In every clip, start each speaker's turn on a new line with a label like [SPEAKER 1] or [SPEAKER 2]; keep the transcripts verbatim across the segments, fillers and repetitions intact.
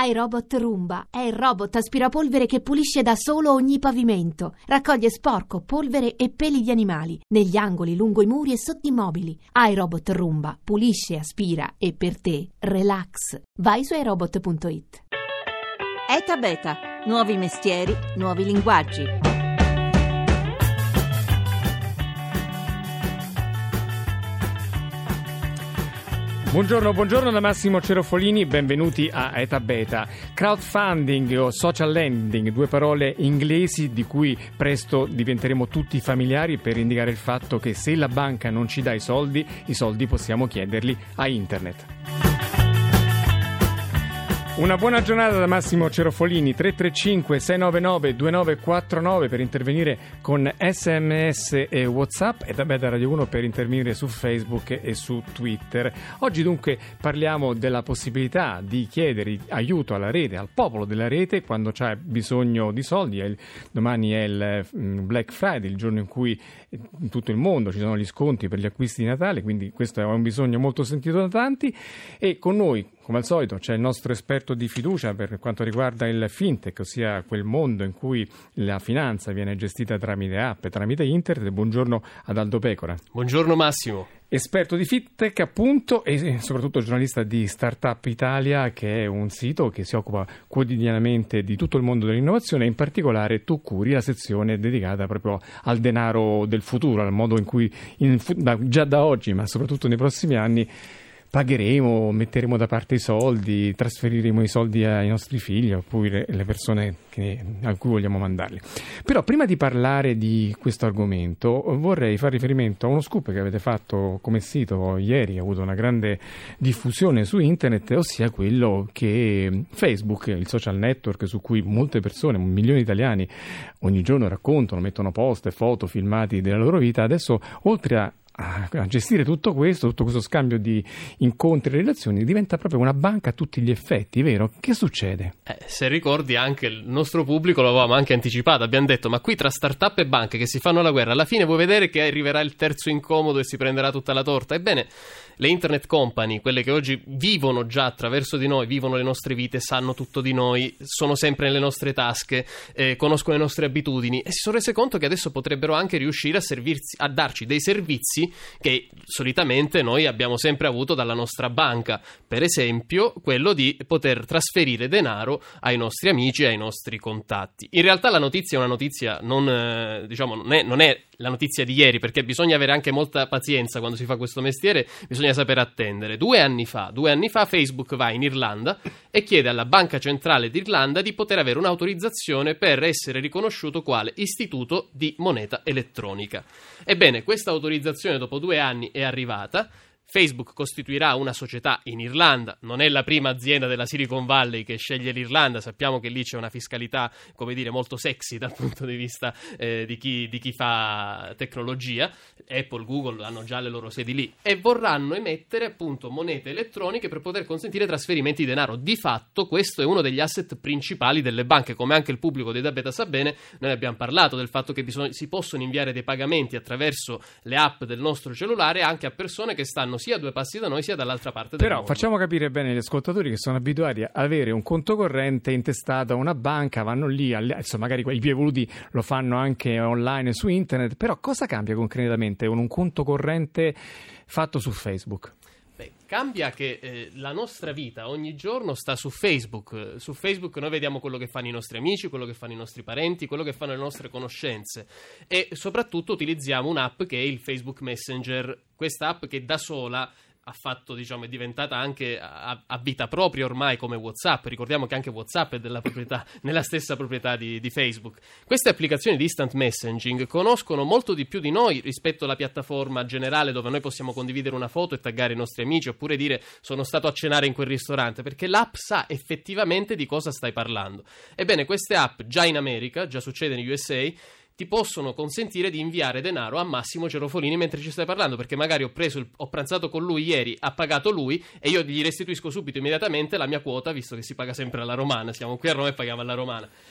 [SPEAKER 1] iRobot Roomba è il robot aspirapolvere che pulisce da solo ogni pavimento. Raccoglie sporco, polvere e peli di animali negli angoli, lungo i muri e sotto i mobili. iRobot Roomba pulisce, aspira e per te relax. Vai su iRobot punto it.
[SPEAKER 2] ETA Beta. Nuovi mestieri, nuovi linguaggi.
[SPEAKER 3] Buongiorno, buongiorno da Massimo Cerofolini, benvenuti a ETA Beta. Crowdfunding o social lending, due parole inglesi di cui presto diventeremo tutti familiari per indicare il fatto che se la banca non ci dà i soldi, i soldi possiamo chiederli a internet. Una buona giornata da Massimo Cerofolini. Tre tre cinque sei nove nove due nove quattro nove per intervenire con sms e WhatsApp e da Beta Radio uno per intervenire su Facebook e su Twitter. Oggi dunque parliamo della possibilità di chiedere aiuto alla rete, al popolo della rete quando c'è bisogno di soldi. È il, domani è il Black Friday, il giorno in cui in tutto il mondo ci sono gli sconti per gli acquisti di Natale, quindi questo è un bisogno molto sentito da tanti e con noi, come al solito, c'è il nostro esperto di fiducia per quanto riguarda il fintech, ossia quel mondo in cui la finanza viene gestita tramite app, tramite internet. Buongiorno ad Aldo Pecora.
[SPEAKER 4] Buongiorno Massimo. Esperto di fintech appunto e soprattutto giornalista di Startup Italia, che è un sito che si occupa quotidianamente di tutto il mondo dell'innovazione e in particolare tu curi la sezione dedicata proprio al denaro del futuro, al modo in cui in, già da oggi ma soprattutto nei prossimi anni pagheremo, metteremo da parte i soldi, trasferiremo i soldi ai nostri figli oppure alle persone che, a cui vogliamo mandarli. Però prima di parlare di questo argomento vorrei fare riferimento a uno scoop che avete fatto come sito ieri, ha avuto una grande diffusione su internet, ossia quello che Facebook, il social network su cui molte persone, milioni di italiani ogni giorno raccontano, mettono post, foto, filmati della loro vita, adesso oltre a a gestire tutto questo, tutto questo scambio di incontri e relazioni, diventa proprio una banca a tutti gli effetti, vero? Che succede?
[SPEAKER 5] Eh, se ricordi anche il nostro pubblico lo avevamo anche anticipato, abbiamo detto ma qui tra startup e banche che si fanno la guerra, alla fine vuoi vedere che arriverà il terzo incomodo e si prenderà tutta la torta? Ebbene, le internet company, quelle che oggi vivono già attraverso di noi, vivono le nostre vite, sanno tutto di noi, sono sempre nelle nostre tasche, eh, conoscono le nostre abitudini e si sono rese conto che adesso potrebbero anche riuscire a servirsi, a darci dei servizi che solitamente noi abbiamo sempre avuto dalla nostra banca, per esempio quello di poter trasferire denaro ai nostri amici e ai nostri contatti. In realtà la notizia è una notizia non, eh, diciamo, non è, non è la notizia di ieri, perché bisogna avere anche molta pazienza quando si fa questo mestiere, bisogna saper attendere. Due anni fa, due anni fa Facebook va in Irlanda e chiede alla Banca Centrale d'Irlanda di poter avere un'autorizzazione per essere riconosciuto quale istituto di moneta elettronica. Ebbene, questa autorizzazione dopo due anni è arrivata. Facebook costituirà una società in Irlanda, non è la prima azienda della Silicon Valley che sceglie l'Irlanda, sappiamo che lì c'è una fiscalità, come dire, molto sexy dal punto di vista eh, di, chi, di chi fa tecnologia. Apple, Google hanno già le loro sedi lì e vorranno emettere appunto monete elettroniche per poter consentire trasferimenti di denaro. Di fatto questo è uno degli asset principali delle banche, come anche il pubblico di ETA Beta sa bene. Noi abbiamo parlato del fatto che bisogna, si possono inviare dei pagamenti attraverso le app del nostro cellulare anche a persone che stanno sia a due passi da noi sia dall'altra parte del
[SPEAKER 3] Però
[SPEAKER 5] mondo.
[SPEAKER 3] Facciamo capire bene agli ascoltatori che sono abituati a avere un conto corrente intestato a una banca, vanno lì, insomma magari quei più evoluti lo fanno anche online su internet, però cosa cambia concretamente con un conto corrente fatto su Facebook?
[SPEAKER 5] Beh, cambia che eh, la nostra vita ogni giorno sta su Facebook. Su Facebook noi vediamo quello che fanno i nostri amici, quello che fanno i nostri parenti, quello che fanno le nostre conoscenze e soprattutto utilizziamo un'app che è il Facebook Messenger, questa app che da sola ha fatto, diciamo, è diventata anche a, a vita propria ormai come WhatsApp. Ricordiamo che anche WhatsApp è della proprietà, nella stessa proprietà di, di Facebook. Queste applicazioni di instant messaging conoscono molto di più di noi rispetto alla piattaforma generale dove noi possiamo condividere una foto e taggare i nostri amici oppure dire sono stato a cenare in quel ristorante, perché l'app sa effettivamente di cosa stai parlando. Ebbene, queste app già in America, già succede negli U S A, ti possono consentire di inviare denaro a Massimo Cerofolini mentre ci stai parlando, perché magari ho preso il, ho pranzato con lui ieri, ha pagato lui e io gli restituisco subito immediatamente la mia quota, visto che si paga sempre alla romana, siamo qui a Roma e paghiamo alla romana.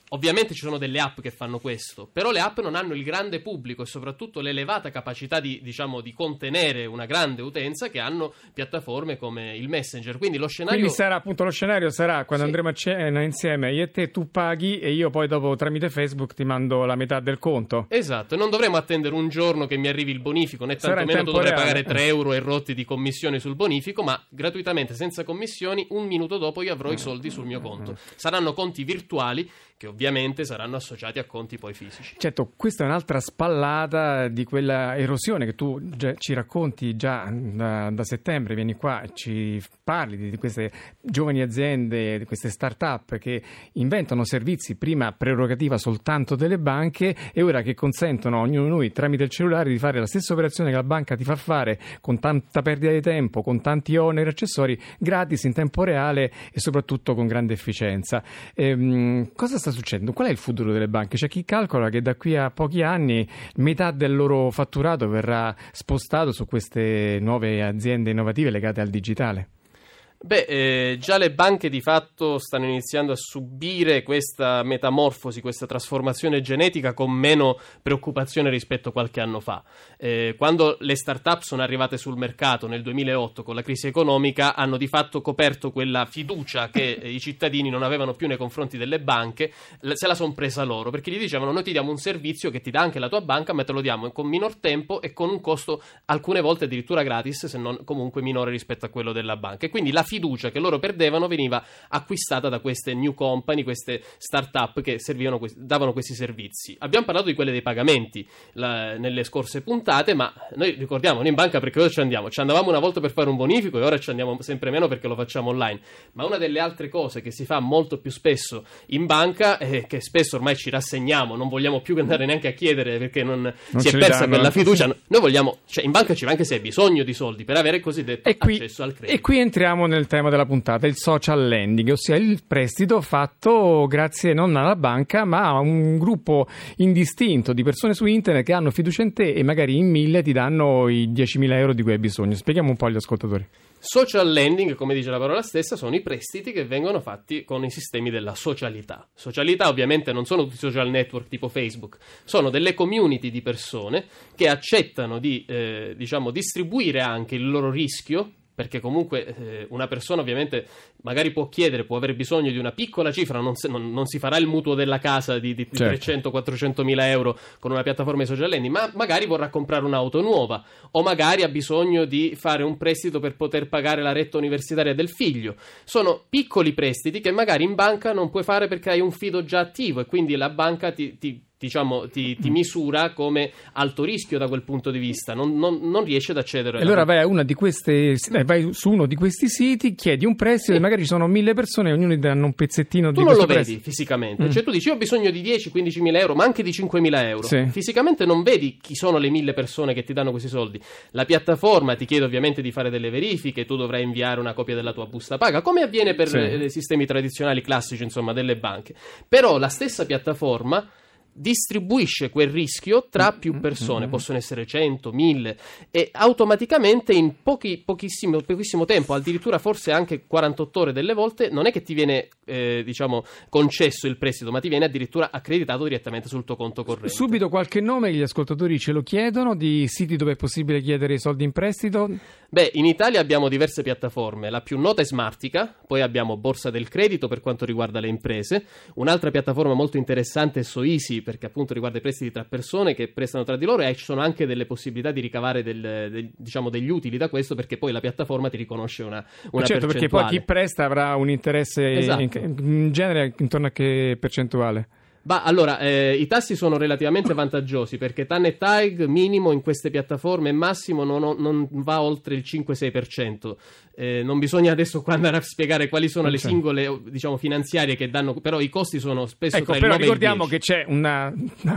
[SPEAKER 5] Ovviamente ci sono delle app che fanno questo, però le app non hanno il grande pubblico e soprattutto l'elevata capacità di, diciamo, di contenere una grande utenza che hanno piattaforme come il Messenger. Quindi lo scenario...
[SPEAKER 3] Quindi sarà appunto lo scenario sarà quando
[SPEAKER 5] sì.
[SPEAKER 3] andremo a cena insieme, io e te, tu paghi e io poi dopo tramite Facebook ti mando la metà del conto.
[SPEAKER 5] Esatto, e non dovremo attendere un giorno che mi arrivi il bonifico, né tantomeno tu dovrai pagare tre euro e rotti di commissioni sul bonifico, ma gratuitamente, senza commissioni, un minuto dopo io avrò i soldi sul mio conto. Saranno conti virtuali che ovviamente saranno associati a conti poi fisici.
[SPEAKER 3] Certo, questa è un'altra spallata di quella erosione che tu già ci racconti già da, da settembre, vieni qua, ci parli di, di queste giovani aziende, di queste start-up che inventano servizi prima prerogativa soltanto delle banche e ora che consentono a ognuno di noi tramite il cellulare di fare la stessa operazione che la banca ti fa fare con tanta perdita di tempo, con tanti oneri e accessori, gratis in tempo reale e soprattutto con grande efficienza. Ehm, cosa sta succedendo? Qual è il futuro delle banche? C'è chi calcola che da qui a pochi anni metà del loro fatturato verrà spostato su queste nuove aziende innovative legate al digitale.
[SPEAKER 5] Beh, eh, già le banche di fatto stanno iniziando a subire questa metamorfosi, questa trasformazione genetica con meno preoccupazione rispetto a qualche anno fa. Eh, quando le start-up sono arrivate sul mercato nel duemilaotto con la crisi economica, hanno di fatto coperto quella fiducia che eh, i cittadini non avevano più nei confronti delle banche, se la son presa loro, perché gli dicevano: noi ti diamo un servizio che ti dà anche la tua banca, ma te lo diamo con minor tempo e con un costo alcune volte addirittura gratis, se non comunque minore rispetto a quello della banca. E quindi la fiducia che loro perdevano veniva acquistata da queste new company, queste start-up che servivano, davano questi servizi. Abbiamo parlato di quelle dei pagamenti la, nelle scorse puntate, ma noi ricordiamo, noi in banca perché cosa ci andiamo? Ci andavamo una volta per fare un bonifico e ora ci andiamo sempre meno perché lo facciamo online. Ma una delle altre cose che si fa molto più spesso in banca e che spesso ormai ci rassegniamo, non vogliamo più andare neanche a chiedere perché non, non si è persa danno. quella fiducia. Noi vogliamo, cioè in banca ci va anche se hai bisogno di soldi per avere il cosiddetto e qui, accesso al credito.
[SPEAKER 3] E qui entriamo nel tema della puntata, il social lending, ossia il prestito fatto grazie non alla banca ma a un gruppo indistinto di persone su internet che hanno fiducia in te e magari in mille ti danno i diecimila euro di cui hai bisogno. Spieghiamo un po' agli ascoltatori.
[SPEAKER 5] Social lending, come dice la parola stessa, sono i prestiti che vengono fatti con i sistemi della socialità. Socialità ovviamente non sono tutti social network tipo Facebook, sono delle community di persone che accettano di eh, diciamo distribuire anche il loro rischio, perché comunque eh, una persona ovviamente magari può chiedere, può avere bisogno di una piccola cifra, non, se, non, non si farà il mutuo della casa di, di, di certo. trecento quattrocento mila euro con una piattaforma di social lending, ma magari vorrà comprare un'auto nuova o magari ha bisogno di fare un prestito per poter pagare la retta universitaria del figlio. Sono piccoli prestiti che magari in banca non puoi fare perché hai un fido già attivo e quindi la banca ti... ti diciamo ti, ti misura come alto rischio da quel punto di vista, non, non, non riesce ad accedere.
[SPEAKER 3] E allora vai a una di queste, vai su uno di questi siti, chiedi un prestito sì. e magari ci sono mille persone e ognuno ti danno un pezzettino
[SPEAKER 5] tu
[SPEAKER 3] di questo prestito.
[SPEAKER 5] Tu non lo vedi fisicamente, mm. cioè tu dici io ho bisogno di dieci quindici mila euro, ma anche di cinquemila euro. Sì. Fisicamente non vedi chi sono le mille persone che ti danno questi soldi. La piattaforma ti chiede ovviamente di fare delle verifiche, tu dovrai inviare una copia della tua busta paga, come avviene per sì. i sistemi tradizionali classici, insomma, delle banche. Però la stessa piattaforma distribuisce quel rischio tra più persone, possono essere cento, mille e automaticamente in pochi, pochissimo, pochissimo tempo, addirittura forse anche quarantotto ore delle volte, non è che ti viene eh, diciamo concesso il prestito, ma ti viene addirittura accreditato direttamente sul tuo conto corrente.
[SPEAKER 3] Subito qualche nome, gli ascoltatori ce lo chiedono, di siti dove è possibile chiedere i soldi in prestito?
[SPEAKER 5] Beh, in Italia abbiamo diverse piattaforme, la più nota è Smartica, poi abbiamo Borsa del Credito per quanto riguarda le imprese, un'altra piattaforma molto interessante è SoEasy perché appunto riguarda i prestiti tra persone che prestano tra di loro e ci sono anche delle possibilità di ricavare del, del, diciamo degli utili da questo perché poi la piattaforma ti riconosce una, una
[SPEAKER 3] certo,
[SPEAKER 5] percentuale.
[SPEAKER 3] Perché poi chi presta avrà un interesse esatto. in, in genere intorno a che percentuale?
[SPEAKER 5] Bah, allora, eh, i tassi sono relativamente vantaggiosi perché T A N e T A E G minimo in queste piattaforme massimo non, non va oltre il cinque sei per cento. Eh, non bisogna adesso qua andare a spiegare quali sono le singole diciamo finanziarie che danno, però i costi sono spesso
[SPEAKER 3] ecco,
[SPEAKER 5] tra il
[SPEAKER 3] però
[SPEAKER 5] nove e il
[SPEAKER 3] ricordiamo
[SPEAKER 5] dieci.
[SPEAKER 3] Che c'è una,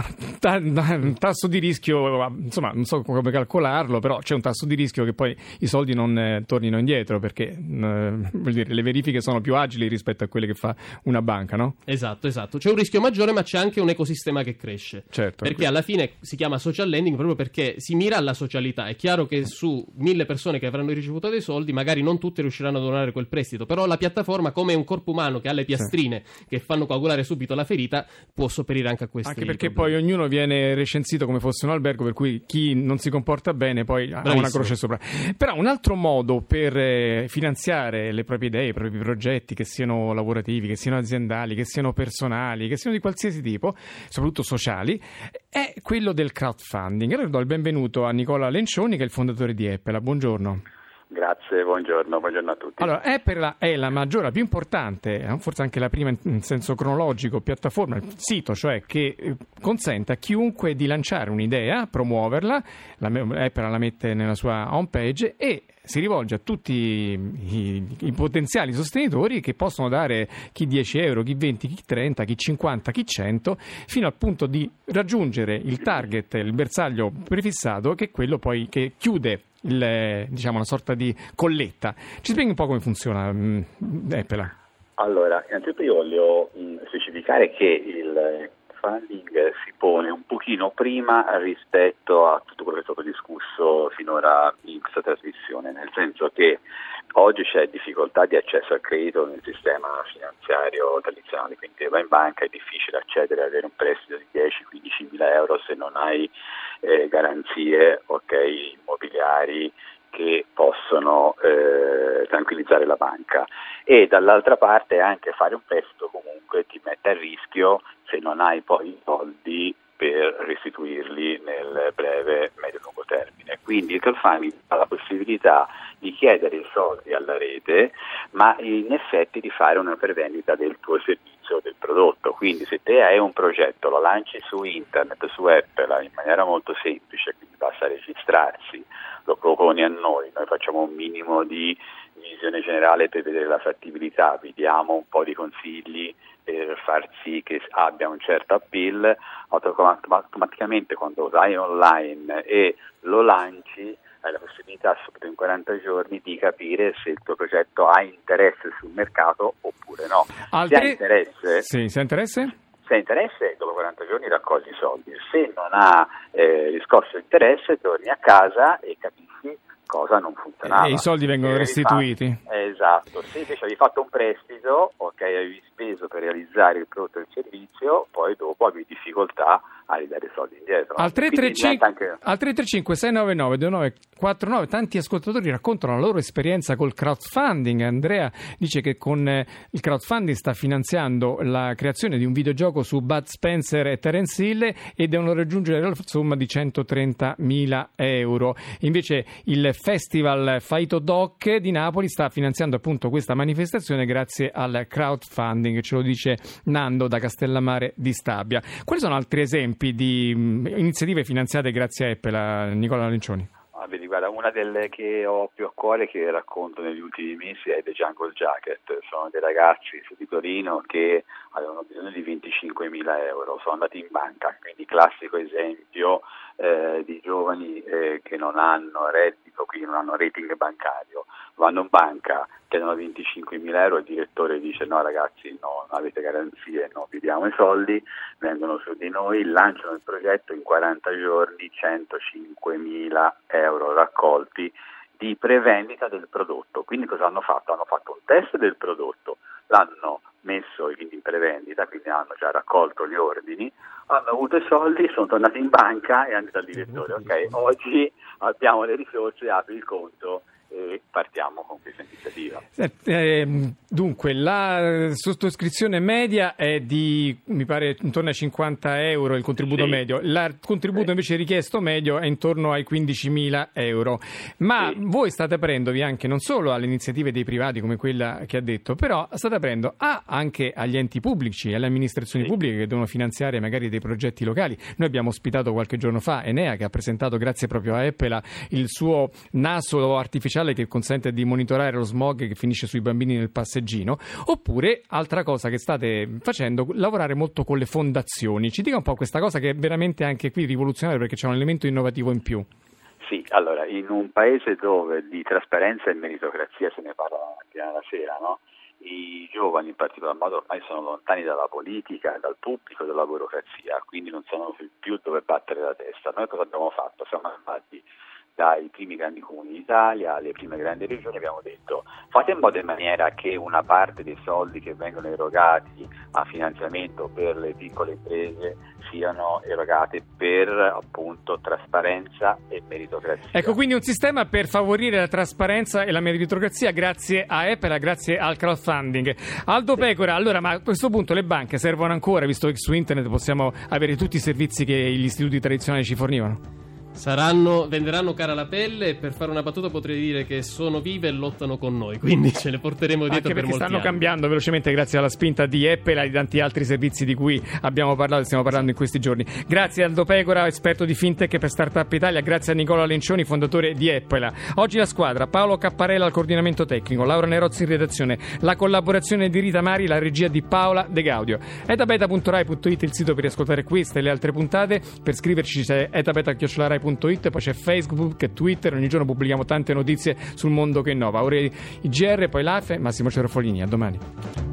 [SPEAKER 3] una, un tasso di rischio, insomma non so come calcolarlo, però c'è un tasso di rischio che poi i soldi non eh, tornino indietro perché eh, vuol dire, le verifiche sono più agili rispetto a quelle che fa una banca, no?
[SPEAKER 5] Esatto, esatto. C'è un rischio maggiore ma c'è anche un ecosistema che cresce.
[SPEAKER 3] Certo.
[SPEAKER 5] Perché alla fine si chiama social lending proprio perché si mira alla socialità. È chiaro che su mille persone che avranno ricevuto dei soldi, magari non tutte riusciranno ad onorare quel prestito, però la piattaforma, come un corpo umano che ha le piastrine sì. che fanno coagulare subito la ferita, può sopperire anche a questi
[SPEAKER 3] Anche perché
[SPEAKER 5] problemi.
[SPEAKER 3] poi ognuno viene recensito come fosse un albergo, per cui chi non si comporta bene poi Bravissimo. ha una croce sopra. Però un altro modo per eh, finanziare le proprie idee, i propri progetti, che siano lavorativi, che siano aziendali, che siano personali, che siano di qualsiasi tipo, soprattutto sociali, è quello del crowdfunding. Allora do il benvenuto a Nicola Lencioni, che è il fondatore di Epela. Buongiorno.
[SPEAKER 6] Grazie, buongiorno, buongiorno a tutti.
[SPEAKER 3] Allora, Epela è la maggiore, la più importante, forse anche la prima in senso cronologico, piattaforma, il sito, cioè che consente a chiunque di lanciare un'idea, promuoverla, la, Epela la mette nella sua homepage e si rivolge a tutti i, i potenziali sostenitori che possono dare chi dieci euro, chi venti, chi trenta, chi cinquanta, chi cento, fino al punto di raggiungere il target, il bersaglio prefissato, che è quello poi che chiude il, diciamo, una sorta di colletta. Ci spieghi un po' come funziona Epela?
[SPEAKER 6] Allora, innanzitutto io voglio mh, specificare che il crowdfunding si pone un pochino prima rispetto a tutto quello che è stato discusso finora in questa trasmissione, nel senso che oggi c'è difficoltà di accesso al credito nel sistema finanziario tradizionale, quindi vai in banca, è difficile accedere ad avere un prestito di dieci quindici mila euro se non hai eh, garanzie okay, immobiliari che possono eh, tranquillizzare la banca, e dall'altra parte anche fare un prestito comunque ti mette a rischio se non hai poi i soldi per restituirli nel breve, medio e lungo termine. Quindi il crowdfunding ha la possibilità di chiedere i soldi alla rete, ma in effetti di fare una prevendita del tuo servizio o del prodotto. Quindi se te hai un progetto, lo lanci su internet, su Epela, in maniera molto semplice, quindi basta registrarsi, lo proponi a noi, noi facciamo un minimo di visione generale per vedere la fattibilità, vi diamo un po' di consigli per far sì che abbia un certo appeal, automaticamente quando vai online e lo lanci hai la possibilità subito in quaranta giorni di capire se il tuo progetto ha interesse sul mercato oppure no.
[SPEAKER 3] Altre...
[SPEAKER 6] Se ha interesse,
[SPEAKER 3] sì, se ha interesse?
[SPEAKER 6] Se ha interesse, dopo quaranta giorni raccogli i soldi. Se non ha eh, riscosso interesse, torni a casa e capisci cosa non funzionava.
[SPEAKER 3] E i soldi vengono restituiti.
[SPEAKER 6] Fatto, esatto. Se invece avevi fatto un prestito, ok, avevi speso per realizzare il prodotto e il servizio, poi dopo avevi difficoltà a ridare i soldi indietro.
[SPEAKER 3] Al tre tre cinque sei nove nove due nove quattro nove tanti ascoltatori raccontano la loro esperienza col crowdfunding. Andrea dice che con il crowdfunding sta finanziando la creazione di un videogioco su Bud Spencer e Terence Hill e devono raggiungere la somma di centotrentamila euro. Invece il Festival Faito Doc di Napoli sta finanziando appunto questa manifestazione grazie al crowdfunding, ce lo dice Nando da Castellammare di Stabia. Quali sono altri esempi di iniziative finanziate grazie a Epela, Nicola Lencioni?
[SPEAKER 6] Ah, vedi, guarda, una delle che ho più a cuore, che racconto negli ultimi mesi, è The Jungle Jacket. Sono dei ragazzi di Torino che avevano bisogno di venticinquemila euro, sono andati in banca, quindi classico esempio eh, di giovani eh, che non hanno reddito, quindi non hanno rating bancario, vanno in banca, chiedono venticinquemila euro, il direttore dice no ragazzi, no, non avete garanzie, non vi diamo i soldi, vengono su di noi, lanciano il progetto, in quaranta giorni centocinquemila euro raccolti di prevendita del prodotto. Quindi cosa hanno fatto? Hanno fatto un test del prodotto, l'hanno messo quindi in prevendita, quindi hanno già raccolto gli ordini, hanno avuto i soldi, sono tornati in banca e hanno detto al direttore ok, oggi abbiamo le risorse, apri il conto e partiamo con questa iniziativa.
[SPEAKER 3] Eh, dunque, la sottoscrizione media è di, mi pare, intorno ai cinquanta euro il contributo sì. medio. Il contributo sì. invece richiesto medio è intorno ai quindicimila euro. Ma sì. voi state aprendovi anche non solo alle iniziative dei privati come quella che ha detto, però state aprendo a, anche agli enti pubblici, alle amministrazioni sì. pubbliche che devono finanziare magari dei progetti locali. Noi abbiamo ospitato qualche giorno fa Enea, che ha presentato, grazie proprio a Epela, il suo naso artificiale che consente di monitorare lo smog che finisce sui bambini nel passeggino. Oppure, altra cosa che state facendo, lavorare molto con le fondazioni. Ci dica un po' questa cosa che è veramente anche qui rivoluzionaria, perché c'è un elemento innovativo in più.
[SPEAKER 6] Sì, allora, in un paese dove di trasparenza e meritocrazia se ne parla la mattina alla sera, no? i giovani in particolar modo ormai sono lontani dalla politica, dal pubblico, dalla burocrazia, quindi non sanno più dove battere la testa. Noi cosa abbiamo fatto? Siamo andati dai primi grandi comuni d'Italia alle prime grandi regioni, abbiamo detto fate in modo in maniera che una parte dei soldi che vengono erogati a finanziamento per le piccole imprese siano erogate per appunto trasparenza e meritocrazia.
[SPEAKER 3] Ecco, quindi un sistema per favorire la trasparenza e la meritocrazia grazie a Epela, grazie al crowdfunding. Aldo Pecora, allora, ma a questo punto le banche servono ancora, visto che su internet possiamo avere tutti i servizi che gli istituti tradizionali ci fornivano?
[SPEAKER 5] Saranno, venderanno cara la pelle, e per fare una battuta potrei dire che sono vive e lottano con noi, quindi ce le porteremo dietro.
[SPEAKER 3] Anche
[SPEAKER 5] per molti
[SPEAKER 3] stanno
[SPEAKER 5] anni.
[SPEAKER 3] cambiando velocemente grazie alla spinta di Epela e di tanti altri servizi di cui abbiamo parlato e stiamo parlando in questi giorni. Grazie a Aldo Pecora, esperto di fintech per Startup Italia, grazie a Nicola Lencioni, fondatore di Epela. Oggi la squadra: Paolo Capparella al coordinamento tecnico, Laura Nerozzi in redazione, la collaborazione di Rita Mari, la regia di Paola De Gaudio. etabeta punto rai punto it il sito per ascoltare queste e le altre puntate. Per scriverci c'è etabeta chiocciola rai punto it, poi c'è Facebook e Twitter, ogni giorno pubblichiamo tante notizie sul mondo che innova. Ora i G R, poi l'A F E, Massimo Cerofolini, a domani.